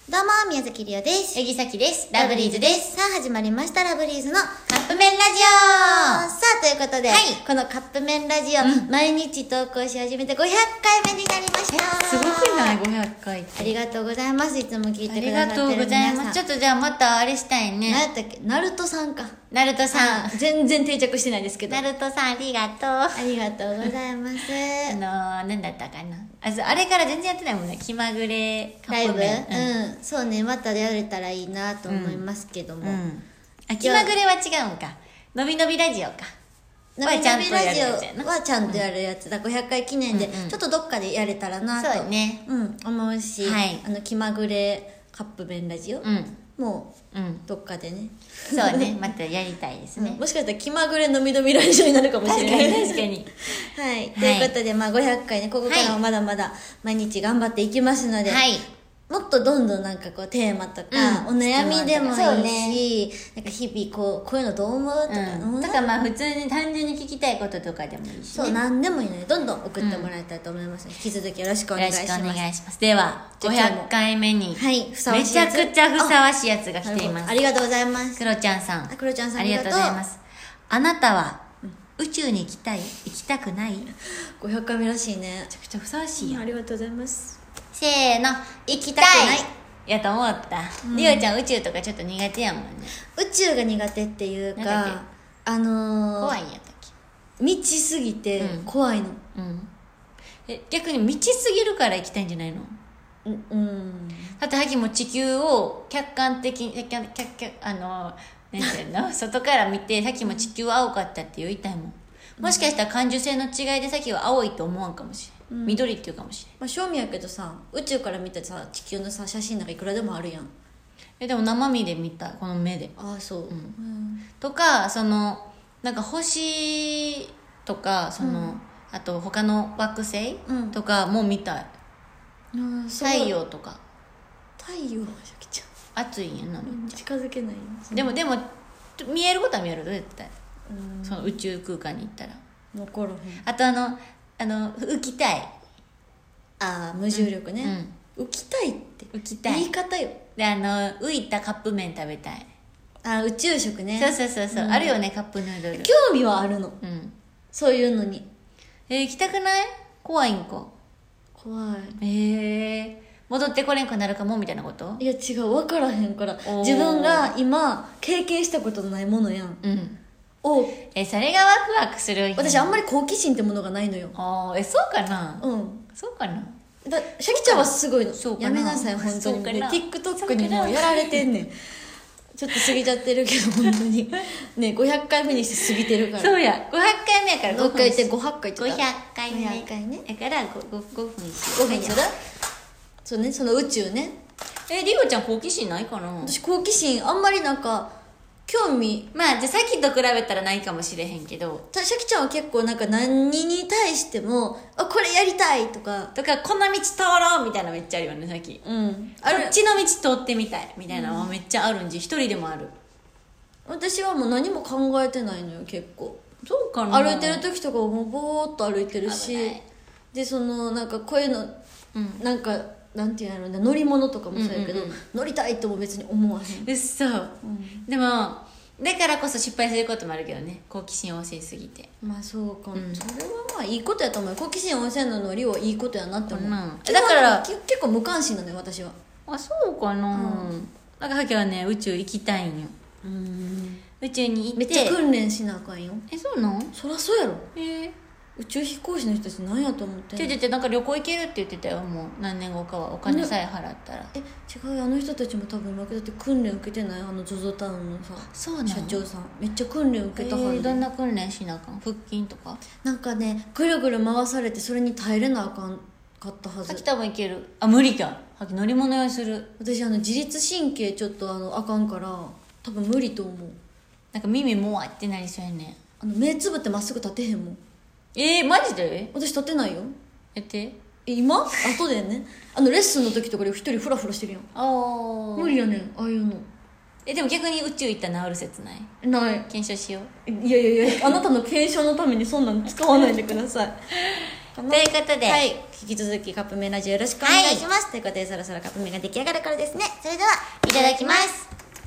どうも、宮崎りおです。 柳崎です。ラブリーズです。 さあ、始まりました、ラブリーズのカップ麺ラジさあ、ということで、 はいこのカップ麺ラジオ、毎日投稿し始めて500回目になりました。 すごくない ?500 回って。 ありがとうございます。いつも聞いてくださってる皆さん。 ありがとうございます。ちょっとじゃあまたあれしたいね。 何やったっけ、ナルトさんか。 ナルトさん。 全然定着してないですけど。 ナルトさんありがとう。 ありがとうございます。 何だったかな。あれから全然やってないもんね。気まぐれカライブ、 ップ麺。 そうね、またやれたらいいなと思いますけども。 あ、気まぐれは違うんか。のびのびラジオか。 のびのびラジオはちゃんとやるやつだ。500回記念で、ちょっとどっかでやれたらなと、 そうね。 思うし、 はい、 気まぐれカップ麺ラジオ、もう、どっかでね。 そうね、またやりたいですね。 もしかしたら気まぐれのびのびラジオになるかもしれない。 確かに。 はい。ということで、500回ね、ここからもまだまだ毎日頑張っていきますので、もっとどんどんなんかこうテーマとか、お悩みでもいいし、なんか日々こういうのどう思うとか、 とかまあ普通に単純に聞きたいこととかでもいいし、ね、 そう、何でもいいのでどんどん送ってもらえたらと思いますので、引き続きよろしくお願いします。 よろしくお願いします。では500回目にふさわしいめちゃくちゃふさわしいやつが来ています。 ありがとうございます。 クロちゃんさん、 クロちゃんさん、 ありがとうございます。あなたは宇宙に行きたい？行きたくない？ 500 回目らしいね。 めちゃくちゃふさわしいよ。 ありがとうございます。 せーの、行きたいやと思った。りおちゃん宇宙とかちょっと苦手やもんね。 宇宙が苦手っていうか、 怖いんやったっけ？ 未知すぎて怖いの。 逆に未知すぎるから行きたいんじゃないの？だってさっきも地球を客観的になんていうの外から見てさっきも地球は青かったって言いたいもん。もしかしたら感受性の違いでさっきは青いと思わんかもしれん、緑っていうかもしれん。 正味やけどさ、宇宙から見たさ地球のさ写真なんかいくらでもあるやん。 でも生身で見たこの目で。 ああ、そう、 とかなんか星とかあと他の惑星、とかも見たい。太陽とか。 太陽はシャキちゃん暑いんやな、めっちゃ近づけないでも見えることは見える絶対。その宇宙空間に行ったら分からへん。 あと浮きたい。 無重力ね、浮きたいって浮きたい言い方よ。 で浮いたカップ麺食べたい。 宇宙食ね。 そう、あるよね、カップヌードル。 興味はあるの、そういうのに。 行きたくない？怖いんか。 怖い。 戻ってこれんくなるかもみたいなこと？ いや違う、分からへんから。自分が今経験したことのないものやん。 それがワクワクする。 私あんまり好奇心ってものがないのよ。 そうかな。そうかな。 シャキちゃんはすごいの。やめなさい、本当に。TikTok にもうやられてんねん。ちょっと過ぎちゃってるけど、本当に。ね、500回目にして過ぎてるから。 そうや、500回目やから 5回言って500回言ってた。 500回目。 500回ね。 だから5分 5分する？そうね、その宇宙ね。 りおちゃん好奇心ないかな？ 私好奇心あんまりなんか興味、 じゃあさっきと比べたらないかもしれへんけど、 シャキちゃんは結構なんか何に対してもこれやりたいとかこの道通ろうみたいなのめっちゃあるよね。さっきこっちの道通ってみたいみたいなのはめっちゃあるんじ、一人でもある。 私はもう何も考えてないのよ、結構。 そうかな。 歩いてる時とかもぼーっと歩いてるし、でなんかこういうの、なんかなんていうの、乗り物とかもそうやけど、乗りたいとも別に思わへん。 でもだからこそ失敗することもあるけどね、好奇心旺盛すぎて。 そうか、それはまあいいことやと思う。好奇心旺盛なのりはいいことやなって思う。 だから結構無関心なのよ、私は。 そうかな。だからさっきはね、宇宙行きたいんよ。宇宙に行ってめっちゃ訓練しなあかんよ。 そうなん？ そらそうやろ。宇宙飛行士の人たち何やと思ってんの？ なんか旅行行けるって言ってたよ。もう何年後かはお金さえ払ったら。 違うよ、あの人たちも多分今だって訓練受けてない。ZOZO タウンのさ、社長さんめっちゃ訓練受けたはず。 どんな訓練しなあかん？腹筋とかなんかね、ぐるぐる回されてそれに耐えれなあかんかったはず。 さっき多分いける。無理か。さっき乗り物用意する。 私自律神経ちょっとあかんから多分無理と思う。 なんか耳もわってなりそうやね。 目つぶってまっすぐ立てへんもん。 マジで？ 私立てないよ。 やって今後でね、レッスンの時とかで一人フラフラしてるやん。無理やねん、ああいうの。 でも逆に宇宙行ったら治る説ない？ ない。 検証しよう。 いやあなたの検証のためにそんなの使わないでください。 ということで、 はい、引き続きカップ麺ラジオよろしくお願いします、ということでそろそろカップ麺が出来上がるからですね。それではいただきます。